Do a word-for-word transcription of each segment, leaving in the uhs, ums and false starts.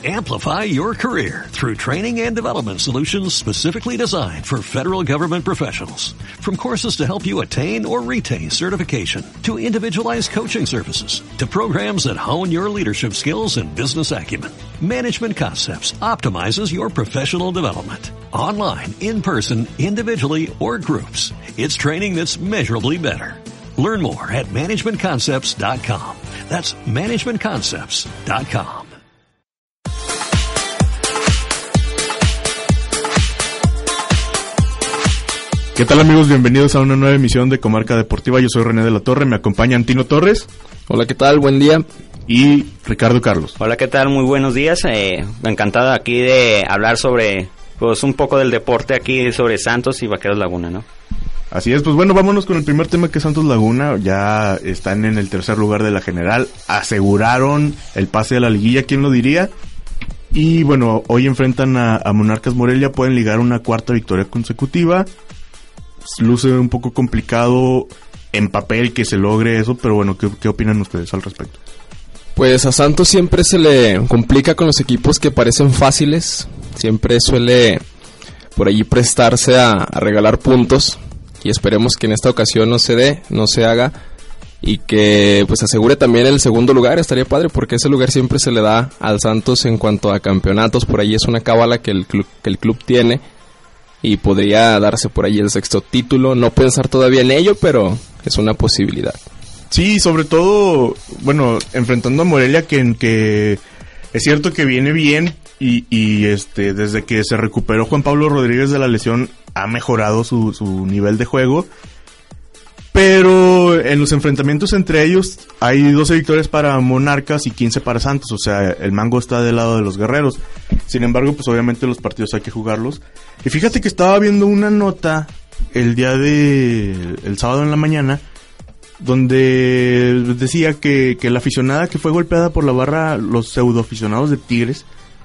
Amplify your career through training and development solutions specifically designed for federal government professionals. From courses to help you attain or retain certification, to individualized coaching services, to programs that hone your leadership skills and business acumen, Management Concepts optimizes your professional development. Online, in person, individually, or groups, it's training that's measurably better. Learn more at management concepts dot com. That's management concepts dot com. ¿Qué tal, amigos? Bienvenidos a una nueva emisión de Comarca Deportiva. Yo soy René de la Torre, me acompaña Antino Torres. Hola, ¿qué tal? Buen día. Y Ricardo Carlos. Hola, ¿qué tal? Muy buenos días. Eh, encantado aquí de hablar sobre, pues, un poco del deporte aquí, sobre Santos y Vaqueros Laguna, ¿no? Así es, pues bueno, vámonos con el primer tema, que es Santos Laguna. Ya están en el tercer lugar de la general, aseguraron el pase a la liguilla, ¿quién lo diría? Y bueno, hoy enfrentan a, a Monarcas Morelia, pueden ligar una cuarta victoria consecutiva. Luce un poco complicado en papel que se logre eso, pero bueno, ¿qué, qué opinan ustedes al respecto? Pues a Santos siempre se le complica con los equipos que parecen fáciles, siempre suele por allí prestarse a, a regalar puntos, y esperemos que en esta ocasión no se dé, no se haga, y que pues asegure también el segundo lugar. Estaría padre, porque ese lugar siempre se le da al Santos en cuanto a campeonatos. Por ahí es una cábala que el club, que el club tiene, y podría darse por ahí el sexto título. No pensar todavía en ello, pero es una posibilidad. Sí, sobre todo, bueno, enfrentando a Morelia, que, que es cierto que viene bien, y, y este desde que se recuperó Juan Pablo Rodríguez de la lesión ha mejorado su, su nivel de juego. Pero en los enfrentamientos entre ellos hay doce victorias para Monarcas y quince para Santos. O sea, el mango está del lado de los guerreros. Sin embargo, pues obviamente los partidos hay que jugarlos. Y fíjate que estaba viendo una nota el día de... el sábado en la mañana, donde decía que, que la aficionada que fue golpeada por la barra, los pseudo aficionados de Tigres,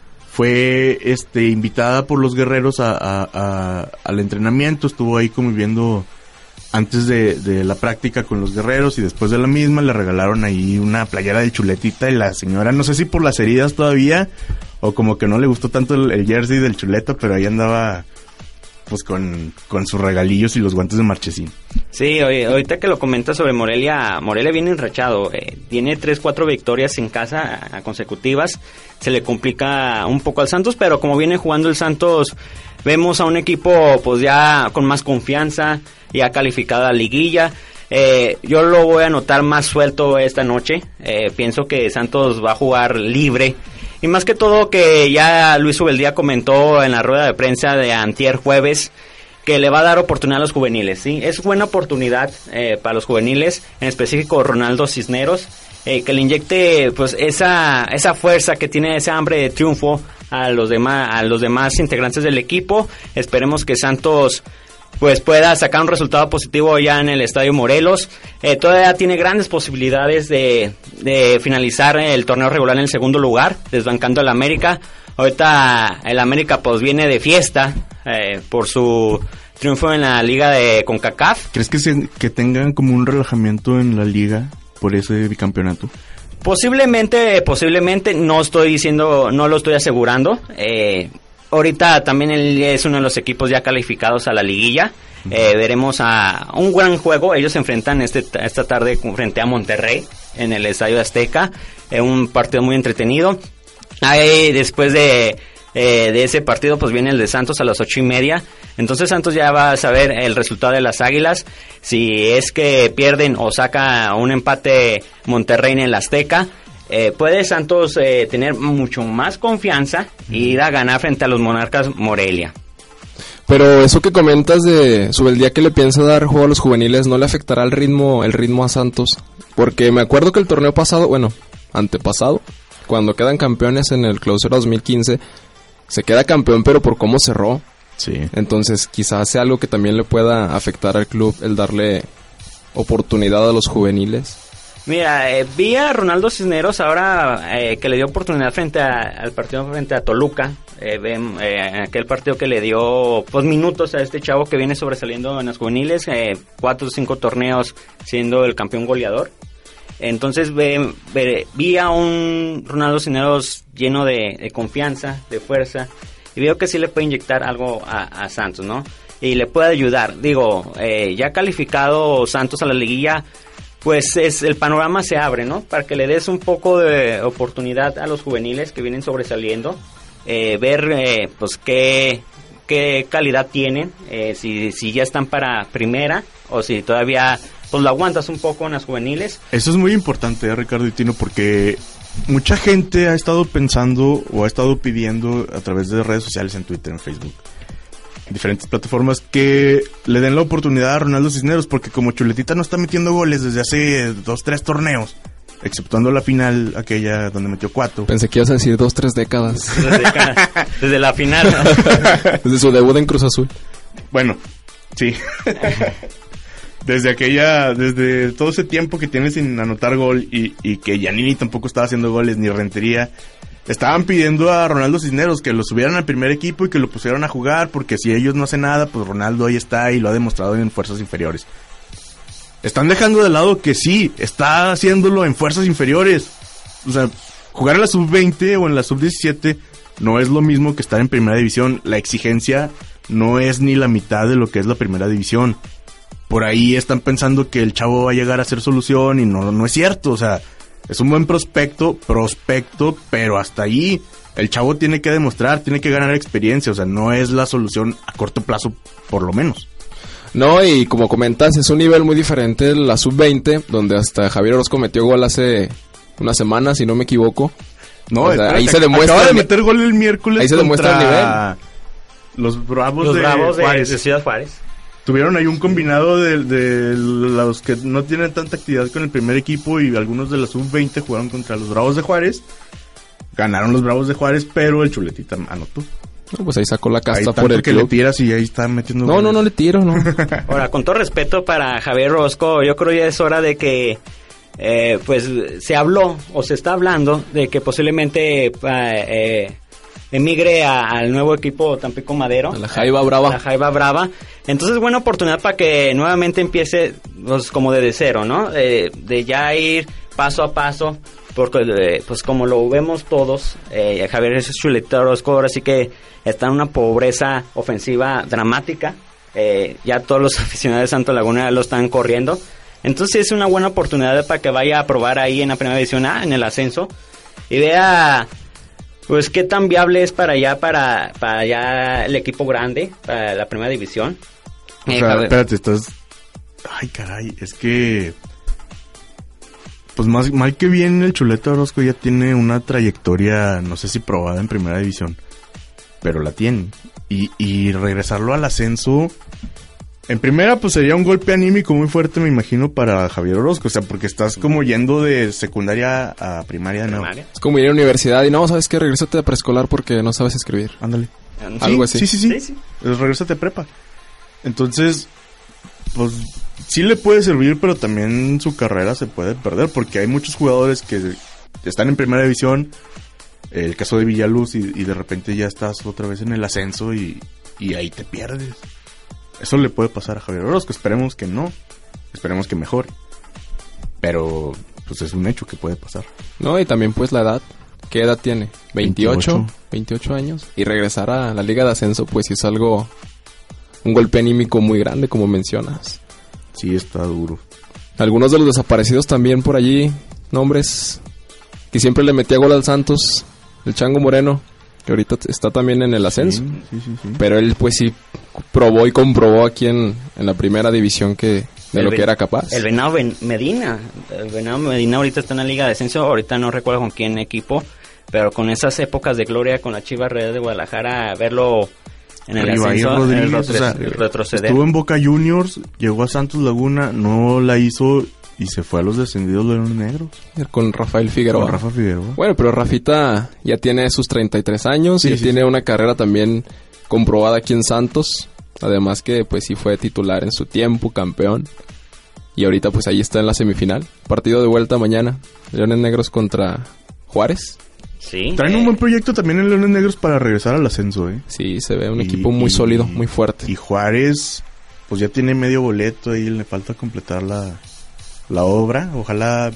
fue este invitada por los guerreros a, a, a, al entrenamiento. Estuvo ahí conviviendo antes de, de la práctica con los guerreros, y después de la misma le regalaron ahí una playera del Chuletita, y la señora, no sé si por las heridas todavía o como que no le gustó tanto el, el jersey del Chuleta, pero ahí andaba pues con, con sus regalillos y los guantes de Marchesín. Sí, ahorita que lo comentas sobre Morelia, Morelia viene enrachado, eh, tiene tres, cuatro victorias en casa a, a consecutivas. Se le complica un poco al Santos, pero como viene jugando el Santos, vemos a un equipo pues ya con más confianza, ya calificado a la liguilla. Eh, yo lo voy a notar más suelto esta noche. Eh, pienso que Santos va a jugar libre. Y más que todo, que ya Luis Ubeldía comentó en la rueda de prensa de antier jueves que le va a dar oportunidad a los juveniles, ¿sí? Es buena oportunidad eh, para los juveniles, en específico Ronaldo Cisneros, eh, que le inyecte pues esa esa fuerza que tiene, ese hambre de triunfo a los demás a los demás integrantes del equipo. Esperemos que Santos pues pueda sacar un resultado positivo ya en el Estadio Morelos. Eh, todavía tiene grandes posibilidades de, de finalizar el torneo regular en el segundo lugar, desbancando al América. Ahorita el América pues viene de fiesta eh, por su triunfo en la liga de CONCACAF. ¿Crees que, se, que tengan como un relajamiento en la liga por ese bicampeonato? Posiblemente, posiblemente, no estoy diciendo, no lo estoy asegurando. Eh, ahorita también él es uno de los equipos ya calificados a la liguilla. Eh, veremos a un gran juego. Ellos se enfrentan este, esta tarde frente a Monterrey en el Estadio Azteca. Eh, un partido muy entretenido. Ahí, después de, eh, de ese partido, pues viene el de Santos a las ocho y media. Entonces Santos ya va a saber el resultado de las Águilas. Si es que pierden o saca un empate Monterrey en el Azteca, eh, puede Santos eh, tener mucho más confianza y ir a ganar frente a los Monarcas Morelia. Pero eso que comentas de sobre el día que le piensa dar juego a los juveniles, ¿no le afectará el ritmo, el ritmo a Santos? Porque me acuerdo que el torneo pasado, bueno, antepasado, cuando quedan campeones en el Clausura dos mil quince, se queda campeón, pero por cómo cerró. Sí. Entonces quizás sea algo que también le pueda afectar al club, el darle oportunidad a los juveniles. Mira, eh, vi a Ronaldo Cisneros ahora eh, que le dio oportunidad frente a, al partido frente a Toluca. Eh, ven, eh, aquel partido que le dio pues minutos a este chavo que viene sobresaliendo en las juveniles, eh, cuatro o cinco torneos siendo el campeón goleador. Entonces ve, ve, vi a un Ronaldo Cisneros lleno de, de confianza, de fuerza, y veo que sí le puede inyectar algo a, a Santos, ¿no? Y le puede ayudar. Digo, eh, ya calificado Santos a la liguilla, pues es el panorama se abre, ¿no? Para que le des un poco de oportunidad a los juveniles que vienen sobresaliendo, eh, ver eh, pues qué, qué calidad tienen, eh, si, si ya están para primera o si todavía pues lo aguantas un poco en las juveniles. Eso es muy importante, ¿eh, Ricardo y Tino? Porque mucha gente ha estado pensando o ha estado pidiendo a través de redes sociales, en Twitter, en Facebook, diferentes plataformas, que le den la oportunidad a Ronaldo Cisneros, porque como Chuletita no está metiendo goles desde hace dos, tres torneos, exceptuando la final aquella donde metió cuatro. Pensé que ibas a decir dos, tres décadas. Desde, desde la final, ¿no? Desde su debut en Cruz Azul. Bueno, sí. Desde aquella, desde todo ese tiempo que tiene sin anotar gol y, y que Giannini tampoco estaba haciendo goles, ni Rentería, estaban pidiendo a Ronaldo Cisneros que lo subieran al primer equipo y que lo pusieran a jugar, porque si ellos no hacen nada, pues Ronaldo ahí está y lo ha demostrado en fuerzas inferiores. Están dejando de lado que sí, está haciéndolo en fuerzas inferiores. O sea, jugar en la sub veinte o en la sub diecisiete no es lo mismo que estar en primera división. La exigencia no es ni la mitad de lo que es la primera división. Por ahí están pensando que el chavo va a llegar a ser solución y no, no es cierto. O sea, es un buen prospecto, prospecto, pero hasta ahí el chavo tiene que demostrar, tiene que ganar experiencia. O sea, no es la solución a corto plazo, por lo menos. No, y como comentas, es un nivel muy diferente la sub veinte, donde hasta Javier Orozco metió gol hace una semana, si no me equivoco. No, o sea, espérate, ahí se demuestra. Acaba de meter gol el miércoles. Ahí se demuestra el nivel. Los Bravos, los de, Bravos de, Juárez. de Ciudad Juárez. Tuvieron ahí un combinado de, de los que no tienen tanta actividad con el primer equipo, y algunos de la sub veinte jugaron contra los Bravos de Juárez. Ganaron los Bravos de Juárez, pero el Chuletita anotó. No, pues ahí sacó la casta ahí por el que club. le tiras y ahí está metiendo No, goles. no, no le tiro, no. Ahora, con todo respeto para Javier Orozco, yo creo ya es hora de que eh, pues se habló o se está hablando de que posiblemente eh, emigre a, al nuevo equipo Tampico Madero, A la Jaiba Brava. a la Jaiba Brava. Entonces, buena oportunidad para que nuevamente empiece pues, como desde cero, ¿no? Eh, de ya ir paso a paso, porque eh, pues como lo vemos todos, eh, Javier es Chuletita Orozco, ahora sí que está en una pobreza ofensiva dramática. Eh, ya todos los aficionados de Santos Laguna lo están corriendo. Entonces es una buena oportunidad para que vaya a probar ahí en la primera división A, en el ascenso, y vea pues qué tan viable es para allá, para, para allá el equipo grande, para la primera división. O Eh, sea, Javier- espérate, estás... Ay, caray, es que... Pues más mal que bien, el Chuleta Orozco ya tiene una trayectoria, no sé si probada en primera división, pero la tiene. Y, y regresarlo al ascenso... En primera, pues sería un golpe anímico muy fuerte, me imagino, para Javier Orozco. O sea, porque estás como yendo de secundaria a primaria de nuevo. Primaria. Es como ir a la universidad y no, ¿sabes qué? Regrésate a preescolar porque no sabes escribir. Ándale. Algo así. Sí, sí, sí. Sí, sí. Es regrésate a prepa. Entonces, pues sí le puede servir, pero también su carrera se puede perder, porque hay muchos jugadores que están en primera división, el caso de Villaluz, y, y de repente ya estás otra vez en el ascenso y, y ahí te pierdes. Eso le puede pasar a Javier Orozco. Esperemos que no. Esperemos que mejore. Pero, pues es un hecho que puede pasar. No, y también pues la edad. ¿Qué edad tiene? veintiocho, veintiocho. veintiocho años. Y regresar a la Liga de Ascenso, pues sí es algo... Un golpe anímico muy grande, como mencionas. Sí, está duro. Algunos de los desaparecidos también por allí. Nombres que siempre le metía gol al Santos. El Chango Moreno, que ahorita está también en el ascenso. Sí, sí, sí, sí. Pero él pues sí probó y comprobó aquí en, en la primera división que de El lo Ve- que era capaz. El Venado Ben- Medina. El Venado Medina ahorita está en la Liga de Ascenso. Ahorita no recuerdo con quién equipo, pero con esas épocas de gloria con la Chivas Real de Guadalajara, verlo en el Rivaí ascenso, en el Rodríguez, o retre- sea, retroceder. estuvo en Boca Juniors, llegó a Santos Laguna, no la hizo y se fue a los descendidos Leones Negros. Con Rafael Figueroa. Con Rafa Figueroa. Bueno, pero Rafita ya tiene sus treinta y tres años Sí, y sí, tiene sí. una carrera también comprobada aquí en Santos. Además que pues sí fue titular en su tiempo, campeón. Y ahorita pues ahí está en la semifinal. Partido de vuelta mañana. Leones Negros contra Juárez. Sí. Traen eh, un buen proyecto también en Leones Negros para regresar al ascenso, ¿eh? Sí, se ve un Y- equipo muy y- sólido, muy fuerte. Y Juárez, pues ya tiene medio boleto ahí, le falta completar la, la obra. Ojalá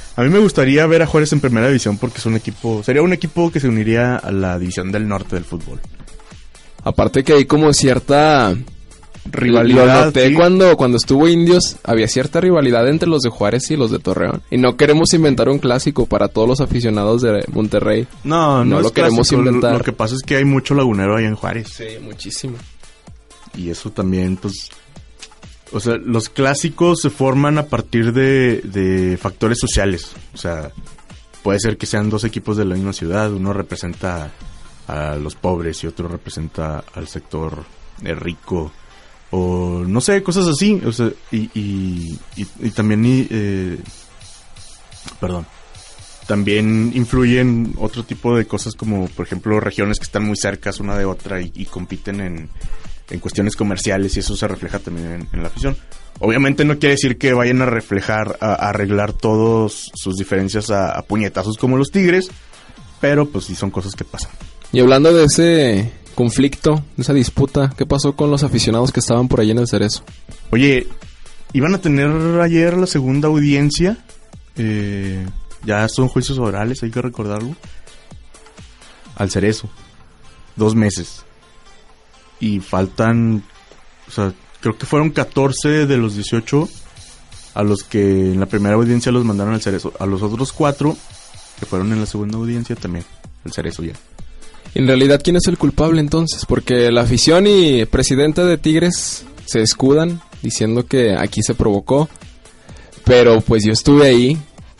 A mí me gustaría ver a Juárez en primera división porque es un equipo, sería un equipo que se uniría a la división del norte del fútbol. Aparte que hay como cierta rivalidad. Lo noté sí. cuando, cuando estuvo Indios, había cierta rivalidad entre los de Juárez y los de Torreón. Y no queremos inventar un clásico para todos los aficionados de Monterrey. No, no, no lo queremos clásico. inventar. Lo, lo que pasa es que hay mucho lagunero ahí en Juárez. Sí, muchísimo. Y eso también, pues... O sea, los clásicos se forman a partir de, de factores sociales. O sea, puede ser que sean dos equipos de la misma ciudad. Uno representa a los pobres y otro representa al sector eh, rico. O no sé, cosas así. O sea, y, y, y, y también... Y, eh, perdón. También influyen otro tipo de cosas como, por ejemplo, regiones que están muy cercas una de otra y, y compiten en... en cuestiones comerciales, y eso se refleja también en, en la afición. Obviamente no quiere decir que vayan a reflejar, a, a arreglar todas sus diferencias a, a puñetazos como los Tigres, pero pues sí son cosas que pasan. Y hablando de ese conflicto, de esa disputa, ¿qué pasó con los aficionados que estaban por ahí en el Cerezo? Oye, iban a tener ayer la segunda audiencia, eh, ya son juicios orales, hay que recordarlo, al Cerezo, dos meses. Y faltan, o sea, creo que fueron catorce de los dieciocho a los que en la primera audiencia los mandaron al Cerezo. A los otros cuatro que fueron en la segunda audiencia también, al Cerezo ya. En realidad, ¿quién es el culpable entonces? Porque la afición y presidente de Tigres se escudan diciendo que aquí se provocó. Pero pues yo estuve ahí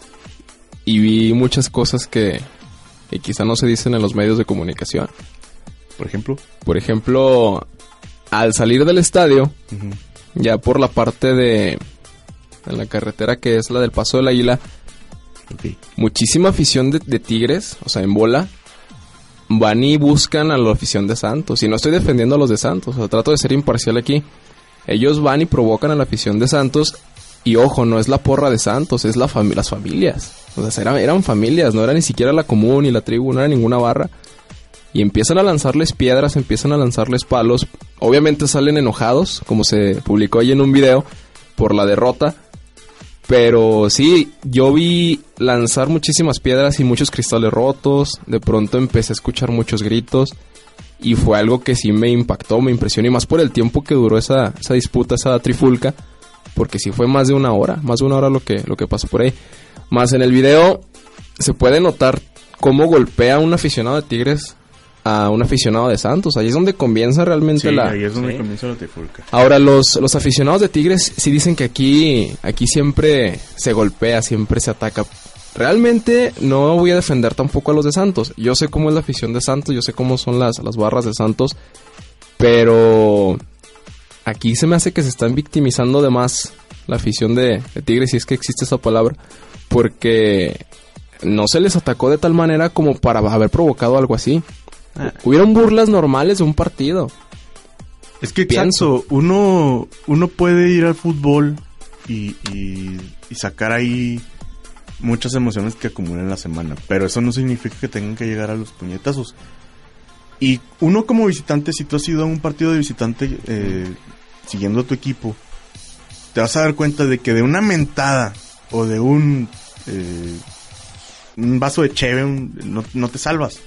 y vi muchas cosas que, que quizá no se dicen en los medios de comunicación. Por ejemplo, Por ejemplo, al salir del estadio, uh-huh. ya por la parte de, de la carretera que es la del Paso del Águila, okay. muchísima afición de, de Tigres, o sea, en bola, van y buscan a la afición de Santos. Y no estoy defendiendo a los de Santos, o sea, trato de ser imparcial aquí. Ellos van y provocan a la afición de Santos. Y ojo, no es la porra de Santos, es la fami- las familias. O sea, eran, eran familias, no era ni siquiera la común ni la tribu, no era ninguna barra. Y empiezan a lanzarles piedras, empiezan a lanzarles palos. Obviamente salen enojados, como se publicó ahí en un video, por la derrota. Pero sí, yo vi lanzar muchísimas piedras y muchos cristales rotos. De pronto empecé a escuchar muchos gritos. Y fue algo que sí me impactó, me impresionó. Y más por el tiempo que duró esa, esa disputa, esa trifulca. Porque sí fue más de una hora, más de una hora lo que, lo que pasó por ahí. Más en el video se puede notar cómo golpea un aficionado de Tigres a un aficionado de Santos. Ahí es donde comienza realmente sí, la... ahí es donde sí. comienza la trifulca. Ahora, los, los aficionados de Tigres sí dicen que aquí, aquí siempre se golpea, siempre se ataca. Realmente no voy a defender tampoco a los de Santos. Yo sé cómo es la afición de Santos, yo sé cómo son las, las barras de Santos, pero aquí se me hace que se están victimizando de más la afición de, de Tigres, si es que existe esa palabra, porque no se les atacó de tal manera como para haber provocado algo así. Ah. Hubieron burlas normales de un partido. Es que Pienso. exacto, uno, uno puede ir al fútbol y, y, y sacar ahí muchas emociones que acumulan la semana, pero eso no significa que tengan que llegar a los puñetazos. Y uno como visitante, si tú has ido a un partido de visitante eh, siguiendo a tu equipo, te vas a dar cuenta de que de una mentada o de un eh, un vaso de cheve un, no, no te salvas.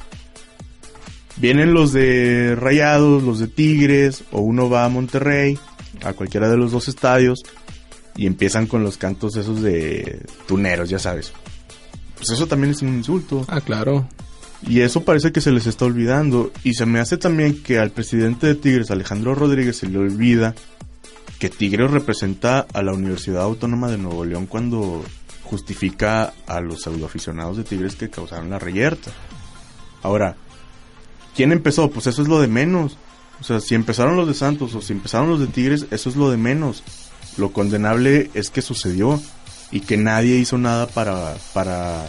Vienen los de Rayados, los de Tigres, o uno va a Monterrey, a cualquiera de los dos estadios, y empiezan con los cantos esos de tuneros, ya sabes. Pues eso también es un insulto. Ah, claro. Y eso parece que se les está olvidando. Y se me hace también que al presidente de Tigres, Alejandro Rodríguez, se le olvida que Tigres representa a la Universidad Autónoma de Nuevo León cuando justifica a los pseudoaficionados de Tigres que causaron la reyerta. Ahora, ¿quién empezó? Pues eso es lo de menos. O sea, si empezaron los de Santos o si empezaron los de Tigres, eso es lo de menos. Lo condenable es que sucedió y que nadie hizo nada para... para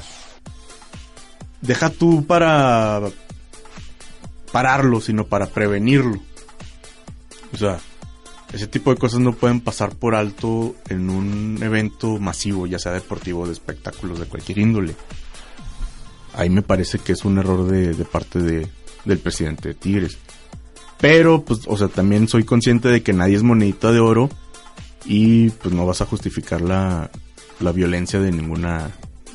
deja tú para pararlo, sino para prevenirlo. O sea, ese tipo de cosas no pueden pasar por alto en un evento masivo, ya sea deportivo o de espectáculos de cualquier índole. Ahí me parece que es un error de, de parte de, del presidente de Tigres. Pero, pues, o sea, también soy consciente de que nadie es monedita de oro y pues no vas a justificar la, la violencia de ninguna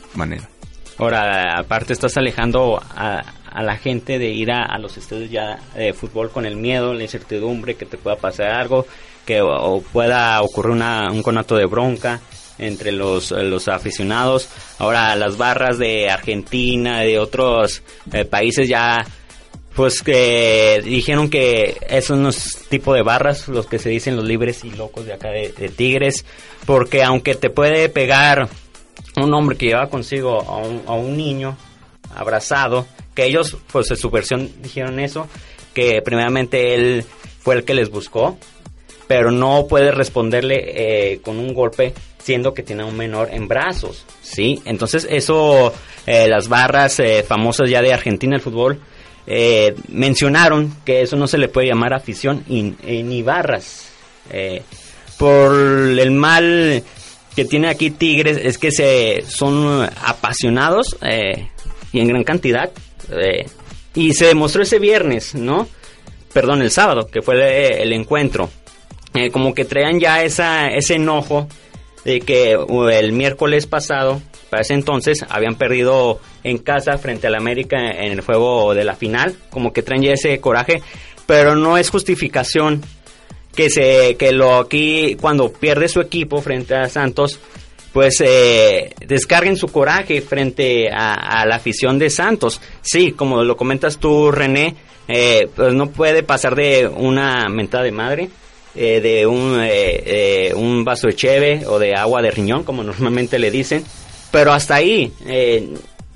manera. Ahora, aparte estás alejando a, a la gente de ir a, a los estadios ya de fútbol con el miedo, la incertidumbre que te pueda pasar algo, que o, o pueda ocurrir una, un conato de bronca entre los, los aficionados. Ahora las barras de Argentina, de otros eh, países ya, pues que dijeron que esos son los tipos de barras, los que se dicen los libres y locos de acá de, de Tigres, porque aunque te puede pegar un hombre que lleva consigo a un, a un niño abrazado, que ellos pues en su versión dijeron eso, que primeramente él fue el que les buscó, pero no puede responderle eh, con un golpe siendo que tiene a un menor en brazos, ¿sí? Entonces eso, eh, las barras eh, famosas ya de Argentina, el fútbol, eh, mencionaron que eso no se le puede llamar afición y, y ni barras, eh, por el mal que tiene aquí Tigres es que se son apasionados eh, y en gran cantidad, eh, y se demostró ese viernes, ¿no? Perdón, el sábado, que fue el, el encuentro. Eh, como que traían ya esa ese enojo de que uh, el miércoles pasado, para ese entonces, habían perdido en casa frente al América en el juego de la final, como que traen ya ese coraje, pero no es justificación que se que lo aquí cuando pierde su equipo frente a Santos, pues eh, descarguen su coraje frente a, a la afición de Santos. Sí, como lo comentas tú, René, eh, pues no puede pasar de una mentada de madre, eh, de un eh, eh, un vaso de cheve o de agua de riñón, como normalmente le dicen, pero hasta ahí, eh,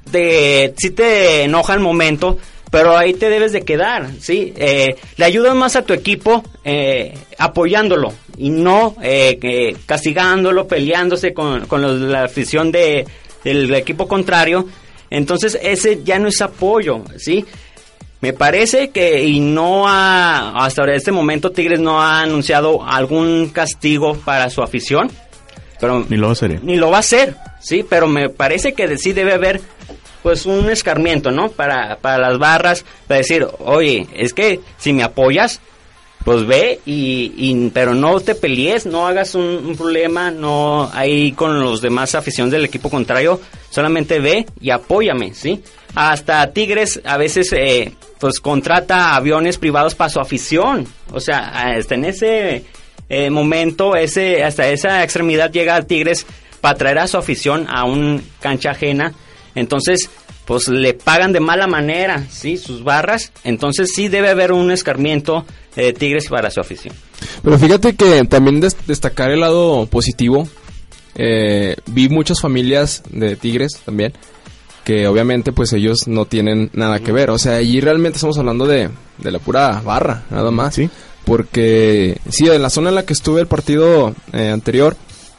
de, sí te enoja el momento, pero ahí te debes de quedar, ¿sí? Eh, le ayudas más a tu equipo eh, apoyándolo y no eh, eh, castigándolo, peleándose con, con los, la afición de, del equipo contrario. Entonces ese ya no es apoyo, ¿sí? Me parece que y no ha, hasta ahora este momento Tigres no ha anunciado algún castigo para su afición, pero ni lo va a hacer. Ni lo va a hacer, sí, pero me parece que sí debe haber pues un escarmiento, ¿no? Para, para las barras, para decir, oye, es que si me apoyas, pues ve, y, y pero no te pelees, no hagas un, un problema, no ahí con los demás aficiones del equipo contrario, solamente ve y apóyame, ¿sí? Hasta Tigres a veces, eh, pues contrata aviones privados para su afición, o sea, hasta en ese eh, momento, ese hasta esa extremidad llega a Tigres para traer a su afición a un cancha ajena. Entonces, pues le pagan de mala manera, ¿sí? Sus barras. Entonces sí debe haber un escarmiento de Tigres para su afición. Pero fíjate que también des- destacar el lado positivo. Eh, vi muchas familias de Tigres también, que obviamente pues ellos no tienen nada que ver. O sea, allí realmente estamos hablando de, de la pura barra, nada más. Sí. Porque sí, en la zona en la que estuve el partido eh, anterior,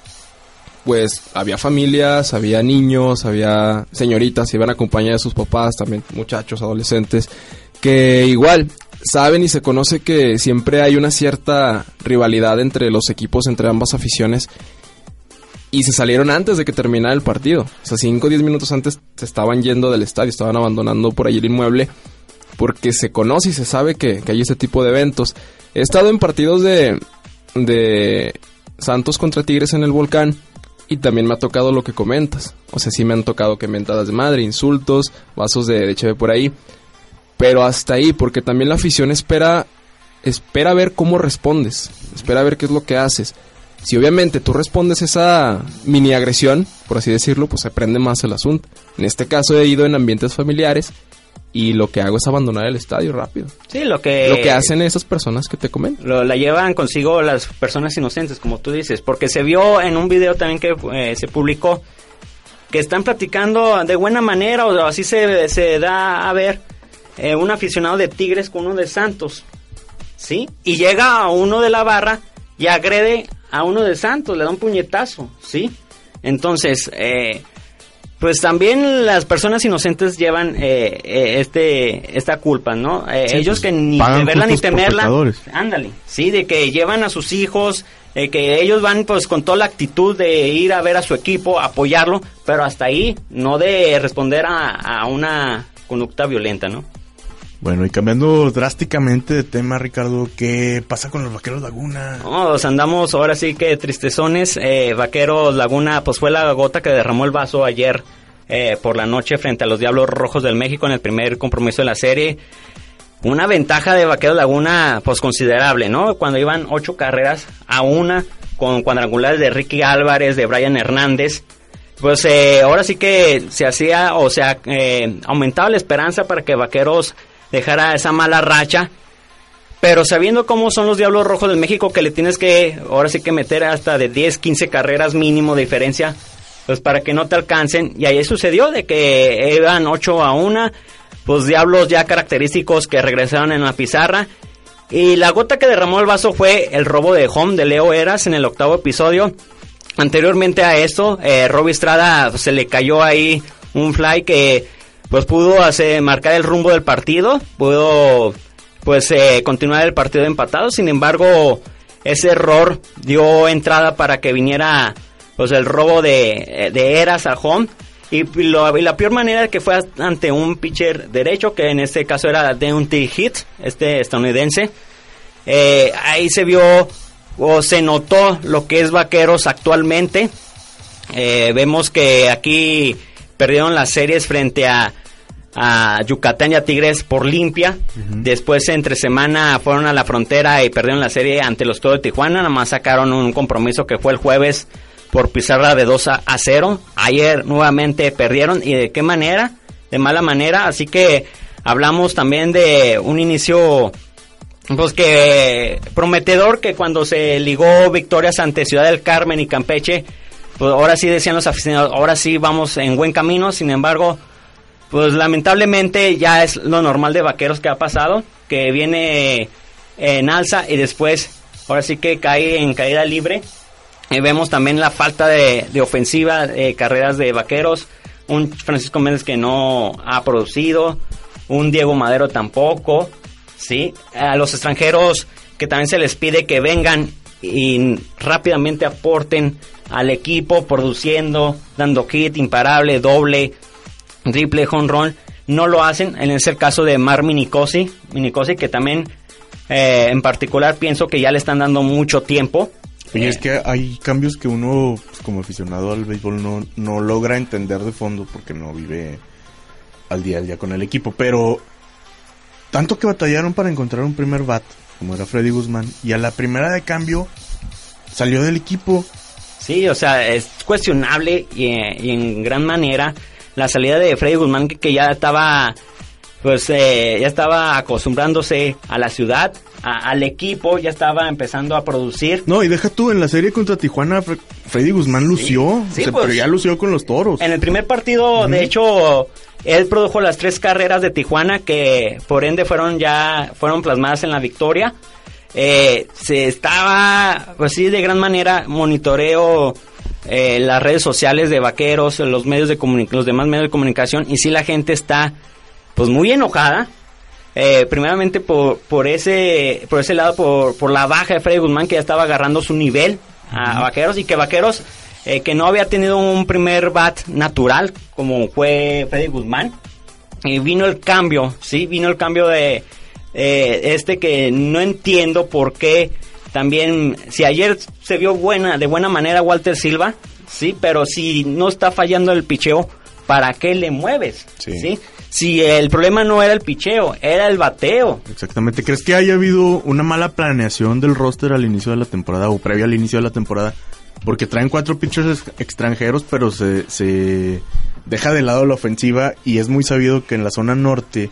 pues había familias, había niños, había señoritas, iban acompañadas de sus papás, también muchachos, adolescentes, que igual saben y se conoce que siempre hay una cierta rivalidad entre los equipos, entre ambas aficiones, y se salieron antes de que terminara el partido. O sea, cinco o diez minutos antes se estaban yendo del estadio, estaban abandonando por ahí el inmueble, porque se conoce y se sabe que, que hay este tipo de eventos. He estado en partidos de, de Santos contra Tigres en el Volcán, y también me ha tocado lo que comentas. O sea, sí me han tocado que mentadas de madre, insultos, vasos de, de cheve por ahí. Pero hasta ahí, porque también la afición espera espera ver cómo respondes. Espera ver qué es lo que haces. Si obviamente tú respondes esa mini agresión, por así decirlo, pues se prende más el asunto. En este caso he ido en ambientes familiares y lo que hago es abandonar el estadio rápido. Sí, lo que... Lo que hacen esas personas que te comento. Lo, la llevan consigo las personas inocentes, como tú dices, porque se vio en un video también que eh, se publicó, que están platicando de buena manera, o así se, se da a ver, eh, un aficionado de Tigres con uno de Santos, ¿sí? Y llega a uno de la barra y agrede a uno de Santos, le da un puñetazo, ¿sí? Entonces, eh... pues también las personas inocentes llevan eh, eh, este esta culpa, ¿no? Eh, sí, ellos pues, que ni pagan verla ni justos por temerla, pecadores. ándale, sí, de que llevan a sus hijos, eh, que ellos van pues con toda la actitud de ir a ver a su equipo, apoyarlo, pero hasta ahí, no de responder a, a una conducta violenta, ¿no? Bueno, y cambiando drásticamente de tema, Ricardo, ¿qué pasa con los Vaqueros Laguna? No, pues andamos ahora sí que tristezones. eh, Vaqueros Laguna, pues fue la gota que derramó el vaso ayer eh, por la noche frente a los Diablos Rojos del México en el primer compromiso de la serie. Una ventaja de Vaqueros Laguna pues considerable, ¿no? Cuando iban ocho carreras a una, con cuadrangulares de Ricky Álvarez, de Brian Hernández, pues eh, ahora sí que se hacía, o sea, eh, aumentaba la esperanza para que Vaqueros dejara esa mala racha, pero sabiendo cómo son los Diablos Rojos del México, que le tienes que, ahora sí que meter hasta de diez, quince carreras mínimo de diferencia, pues para que no te alcancen, y ahí sucedió de que iban ocho a una, pues Diablos ya característicos que regresaron en la pizarra. Y la gota que derramó el vaso fue el robo de home de Leo Eras en el octavo episodio. Anteriormente a esto, eh, Robbie Estrada pues, se le cayó ahí un fly que pues pudo hacer, marcar el rumbo del partido, pudo pues eh, continuar el partido empatado. Sin embargo, ese error dio entrada para que viniera pues el robo de, de Eras a home. Y, lo, y la peor manera que fue ante un pitcher derecho, que en este caso era Deontay Heath, este estadounidense. Eh, ahí se vio o se notó lo que es Vaqueros actualmente. Eh, vemos que aquí perdieron las series frente a, a Yucatán y a Tigres por limpia. Uh-huh. Después entre semana fueron a la frontera y perdieron la serie ante los Toros de Tijuana. Nada más sacaron un compromiso que fue el jueves por pizarra de dos a cero. Ayer nuevamente perdieron, y de qué manera, de mala manera. Así que hablamos también de un inicio pues que prometedor, que cuando se ligó victorias ante Ciudad del Carmen y Campeche, pues ahora sí decían los aficionados, ahora sí vamos en buen camino. Sin embargo, pues lamentablemente ya es lo normal de Vaqueros que ha pasado, que viene en alza y después ahora sí que cae en caída libre. Eh, vemos también la falta de, de ofensiva, eh, carreras de Vaqueros, un Francisco Méndez que no ha producido, un Diego Madero tampoco, ¿sí? A los extranjeros que también se les pide que vengan y rápidamente aporten al equipo, produciendo, dando hit, imparable, doble, triple, home run, no lo hacen. En ese caso de Mar Minicosi, Minicosi que también eh, en particular pienso que ya le están dando mucho tiempo. Y es que hay cambios que uno, pues, como aficionado al béisbol, no, no logra entender de fondo porque no vive al día al día con el equipo. Pero tanto que batallaron para encontrar un primer bat, como era Freddy Guzmán, y a la primera de cambio salió del equipo. Sí, o sea, es cuestionable y, y en gran manera la salida de Freddy Guzmán, que, que ya estaba, pues, eh, ya estaba acostumbrándose a la ciudad, a, al equipo, ya estaba empezando a producir. No, y deja tú, en la serie contra Tijuana, Fre- Freddy Guzmán lució, sí, sí, o sea, pues, pero ya lució con los Toros. En el primer partido, uh-huh. de hecho, él produjo las tres carreras de Tijuana, que por ende fueron ya, fueron plasmadas en la victoria. Eh, se estaba, pues sí, de gran manera monitoreo eh, las redes sociales de Vaqueros, los medios de comuni- los demás medios de comunicación, y sí la gente está pues muy enojada, eh, primeramente por por ese por ese lado, por por la baja de Freddy Guzmán, que ya estaba agarrando su nivel a, a Vaqueros, y que Vaqueros eh, que no había tenido un primer bat natural como fue Freddy Guzmán, y vino el cambio, sí, vino el cambio de Eh, este que no entiendo por qué también, si ayer se vio buena de buena manera Walter Silva, sí, pero si no está fallando el picheo, ¿para qué le mueves? Sí. ¿Sí? Si el problema no era el picheo, era el bateo. Exactamente. ¿Crees que haya habido una mala planeación del roster al inicio de la temporada o previo al inicio de la temporada? Porque traen cuatro pitchers extranjeros, pero se, se deja de lado la ofensiva, y es muy sabido que en la zona norte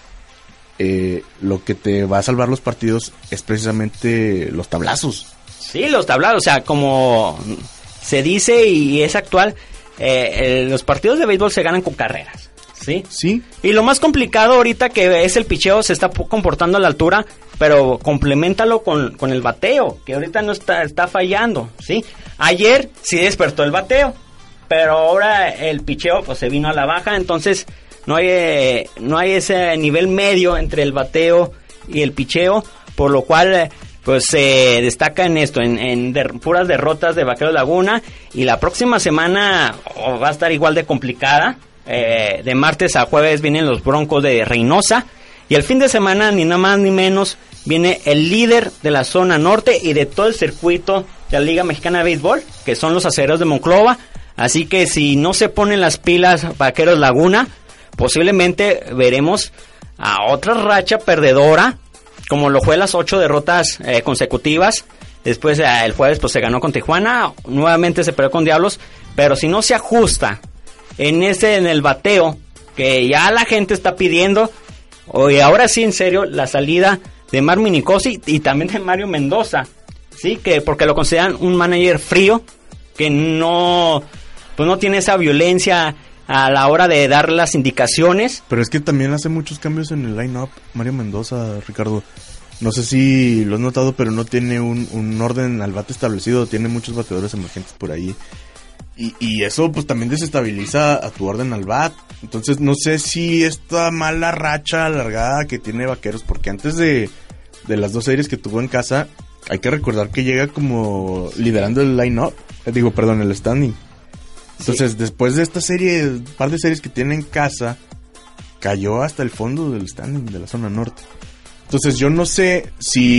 Eh, lo que te va a salvar los partidos es precisamente los tablazos. Sí, los tablazos, o sea, como se dice y es actual, eh, eh, los partidos de béisbol se ganan con carreras, ¿sí? Sí. Y lo más complicado ahorita que es el picheo, se está comportando a la altura, pero complementalo con, con el bateo, que ahorita no está, está fallando, ¿sí? Ayer sí despertó el bateo, pero ahora el picheo pues se vino a la baja, entonces no hay eh, no hay ese nivel medio entre el bateo y el picheo, por lo cual eh, pues se eh, destaca en esto, en, en der, puras derrotas de Vaqueros Laguna, y la próxima semana oh, va a estar igual de complicada. Eh, de martes a jueves vienen los Broncos de Reynosa, y el fin de semana ni nada más ni menos viene el líder de la zona norte y de todo el circuito de la Liga Mexicana de Béisbol, que son los Acereros de Monclova, Así que si no se ponen las pilas Vaqueros Laguna, posiblemente veremos a otra racha perdedora, como lo fue las ocho derrotas eh, consecutivas. Después eh, el jueves pues se ganó con Tijuana, nuevamente se perdió con Diablos, pero si no se ajusta en ese en el bateo que ya la gente está pidiendo, y ahora sí en serio la salida de Marvin Nicosi y también de Mario Mendoza, sí, que porque lo consideran un manager frío, que no pues no tiene esa violencia a la hora de dar las indicaciones. Pero es que también hace muchos cambios en el line-up Mario Mendoza, Ricardo. No sé si lo has notado, pero no tiene un, un orden al bate establecido. Tiene muchos bateadores emergentes por ahí. Y, y eso pues también desestabiliza a tu orden al bat. Entonces no sé si esta mala racha alargada que tiene Vaqueros, porque antes de, de las dos series que tuvo en casa, hay que recordar que llega como liderando el line-up. Eh, digo, perdón, el standing. Entonces, sí, después de esta serie, un par de series que tiene en casa, cayó hasta el fondo del standing de la zona norte. Entonces, yo no sé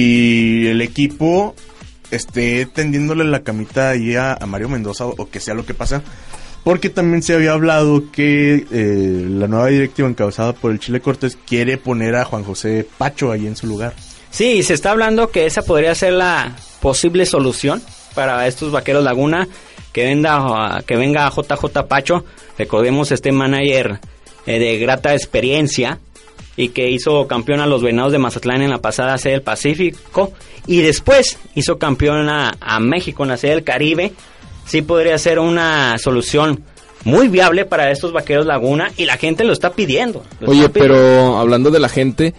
si el equipo esté tendiéndole la camita ahí a, a Mario Mendoza o, o que sea lo que pasa. Porque también se había hablado que eh, la nueva directiva encabezada por el Chile Cortés quiere poner a Juan José Pacho ahí en su lugar. Sí, se está hablando que esa podría ser la posible solución para estos Vaqueros Laguna. Que venga, que venga J J Pacho, recordemos este manager eh, de grata experiencia y que hizo campeón a los Venados de Mazatlán en la pasada Serie del Pacífico y después hizo campeón a, a México en la Serie del Caribe. Sí podría ser una solución muy viable para estos Vaqueros Laguna y la gente lo está pidiendo. Lo Oye, está pidiendo. Pero hablando de la gente,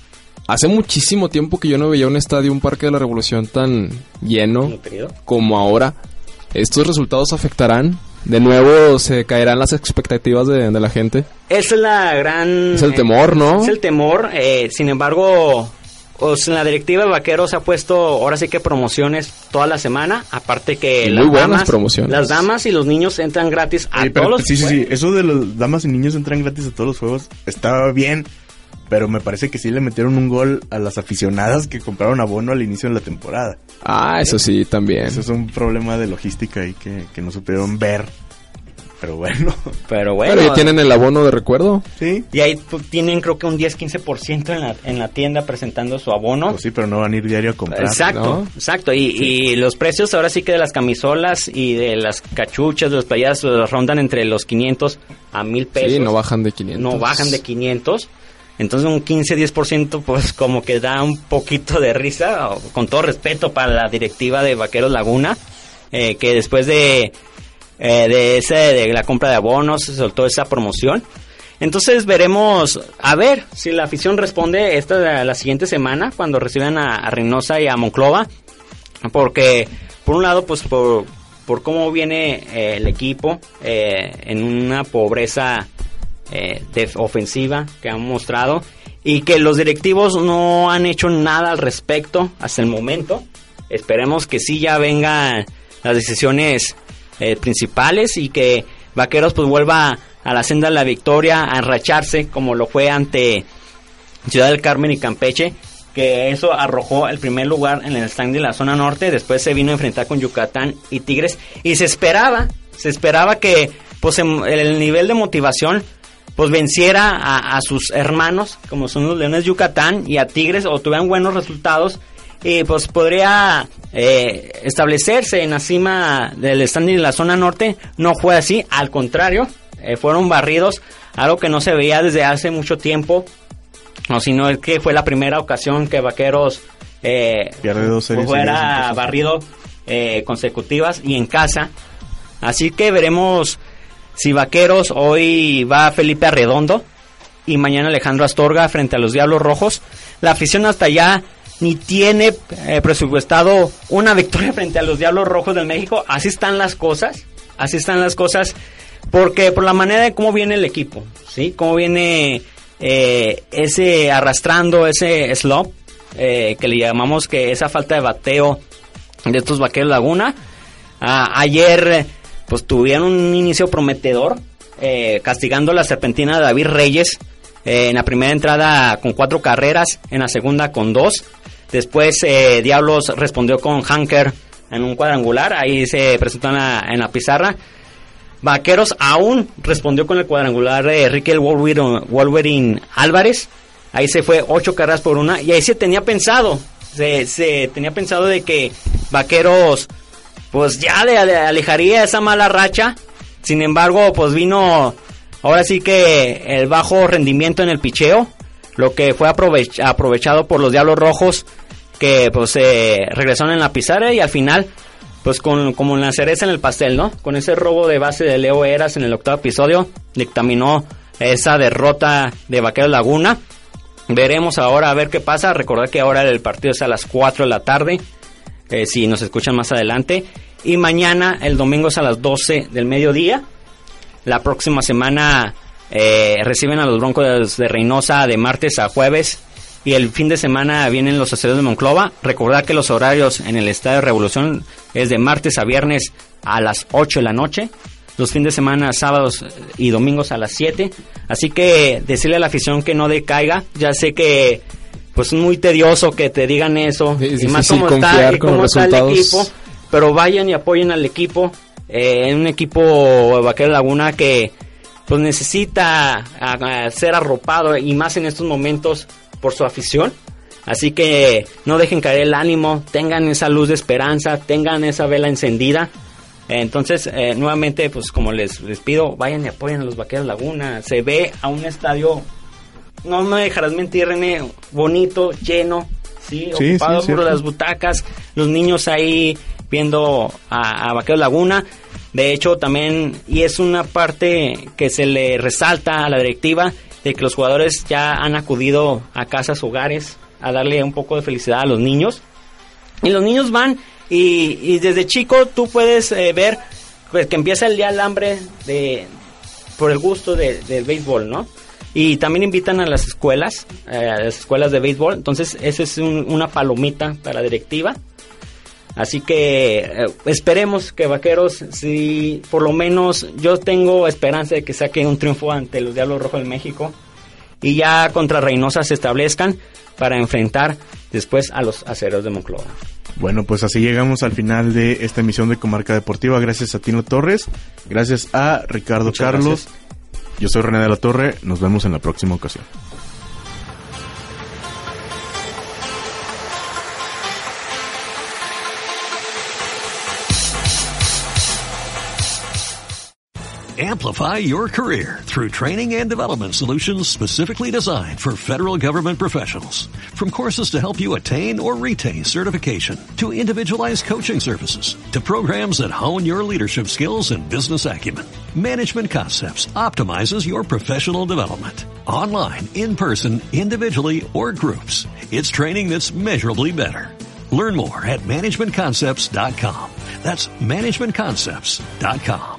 hace muchísimo tiempo que yo no veía un estadio, un Parque de la Revolución tan lleno como ahora. ¿Estos resultados afectarán? ¿De nuevo se caerán las expectativas de, de la gente? Esa es la gran... Es el temor, ¿no? Es el temor. Eh, sin embargo, pues, la directiva de Vaqueros ha puesto ahora sí que promociones toda la semana. Aparte que y las muy buenas damas, promociones. Las damas y los niños entran gratis a Oye, todos pero, los sí, sí, juegos. sí. Eso de las damas y niños entran gratis a todos los juegos está bien. Pero me parece que sí le metieron un gol a las aficionadas que compraron abono al inicio de la temporada. Ah, eso sí, también. Eso es un problema de logística ahí que, que no supieron ver. Pero bueno. Pero bueno. Pero ya tienen el abono de recuerdo. Sí. Y ahí pues, tienen creo que un diez a quince por ciento en la, en la tienda presentando su abono. Pues sí, pero no van a ir diario a comprar. Exacto, ¿no? exacto. Y, Sí. y los precios ahora sí que de las camisolas y de las cachuchas, de las playeras, los rondan entre los quinientos a mil pesos. Sí, no bajan de quinientos. No bajan de quinientos. Entonces un quince a diez por ciento pues como que da un poquito de risa, con todo respeto para la directiva de Vaqueros Laguna, eh, que después de, eh, de, ese, de la compra de abonos se soltó esa promoción. Entonces veremos, a ver si la afición responde esta la siguiente semana cuando reciban a, a Reynosa y a Monclova, porque por un lado pues por, por cómo viene eh, el equipo eh, en una pobreza Eh, de ofensiva que han mostrado y que los directivos no han hecho nada al respecto hasta el momento. Esperemos que sí ya vengan las decisiones eh, principales y que Vaqueros pues vuelva a la senda de la victoria, a enracharse como lo fue ante Ciudad del Carmen y Campeche, que eso arrojó el primer lugar en el stand de la zona norte. Después se vino a enfrentar con Yucatán y Tigres y se esperaba, se esperaba que pues en, el nivel de motivación pues venciera a, a sus hermanos, como son los Leones Yucatán y a Tigres, o tuvieran buenos resultados, y pues podría eh, establecerse en la cima del standing de la zona norte. No fue así, al contrario, eh, fueron barridos, algo que no se veía desde hace mucho tiempo, no, sino es que fue la primera ocasión que Vaqueros eh, pierde dos series fuera barrido eh, consecutivas y en casa. Así que veremos si Vaqueros hoy va Felipe Arredondo y mañana Alejandro Astorga frente a los Diablos Rojos. La afición hasta allá ni tiene eh, presupuestado una victoria frente a los Diablos Rojos del México. Así están las cosas, así están las cosas, porque por la manera de cómo viene el equipo, ¿sí? Cómo viene eh, ese arrastrando, ese slump, eh, que le llamamos que esa falta de bateo de estos Vaqueros Laguna. Ah, ayer pues tuvieron un inicio prometedor, eh, castigando la serpentina de David Reyes, eh, en la primera entrada con cuatro carreras, en la segunda con dos. Después eh, Diablos respondió con Hanker en un cuadrangular, ahí se presentó en la, en la pizarra. Vaqueros aún respondió con el cuadrangular de Enrique el Wolverine, Wolverine Álvarez. Ahí se fue ocho carreras por una. Y ahí se tenía pensado. Se, se tenía pensado de que Vaqueros pues ya le alejaría esa mala racha. Sin embargo, pues vino ahora sí que el bajo rendimiento en el picheo. Lo que fue aprovech- aprovechado por los Diablos Rojos. Que pues eh, regresaron en la pizarra y al final... Pues con, como la cereza en el pastel, ¿no? Con ese robo de base de Leo Eras en el octavo episodio, dictaminó esa derrota de Vaqueros Laguna. Veremos ahora a ver qué pasa. Recordar que ahora el partido es a las cuatro de la tarde, eh, si nos escuchan más adelante. Y mañana, el domingo, es a las doce del mediodía. La próxima semana eh, reciben a los Broncos de Reynosa de martes a jueves. Y el fin de semana vienen los Acereros de Monclova. Recordad que los horarios en el Estadio Revolución es de martes a viernes a las ocho de la noche. Los fines de semana, sábados y domingos a las siete. Así que decirle a la afición que no decaiga. Ya sé que pues es muy tedioso que te digan eso. Es y más cómo está, y cómo está el equipo. Pero vayan y apoyen al equipo. Eh, un equipo Vaquero Laguna que pues necesita a, a ser arropado. Y más en estos momentos por su afición, así que no dejen caer el ánimo, tengan esa luz de esperanza, tengan esa vela encendida. Entonces, eh, nuevamente, pues como les, les pido, vayan y apoyen a los Vaqueros Laguna. Se ve a un estadio, no me dejarás mentir, René, bonito, lleno, sí, sí ocupado sí, por las butacas, los niños ahí viendo a, a Vaqueros Laguna. De hecho, también, y es una parte que se le resalta a la directiva, de que los jugadores ya han acudido a casas, hogares, a darle un poco de felicidad a los niños. Y los niños van y, y desde chico tú puedes eh, ver pues, que empieza el día del hambre de, por el gusto de, del béisbol, ¿no? Y también invitan a las escuelas, eh, a las escuelas de béisbol. Entonces, eso es un, una palomita para la directiva. Así que eh, esperemos que Vaqueros, si por lo menos yo tengo esperanza de que saquen un triunfo ante los Diablos Rojos de México y ya contra Reynosa se establezcan para enfrentar después a los Acereros de Monclova. Bueno, pues así llegamos al final de esta emisión de Comarca Deportiva. Gracias a Tino Torres, gracias a Ricardo Muchas Carlos. Gracias. Yo soy René de la Torre, nos vemos en la próxima ocasión. Amplify your career through training and development solutions specifically designed for federal government professionals. From courses to help you attain or retain certification, to individualized coaching services, to programs that hone your leadership skills and business acumen, Management Concepts optimizes your professional development. Online, in person, individually, or groups, it's training that's measurably better. Learn more at management concepts dot com. That's management concepts dot com.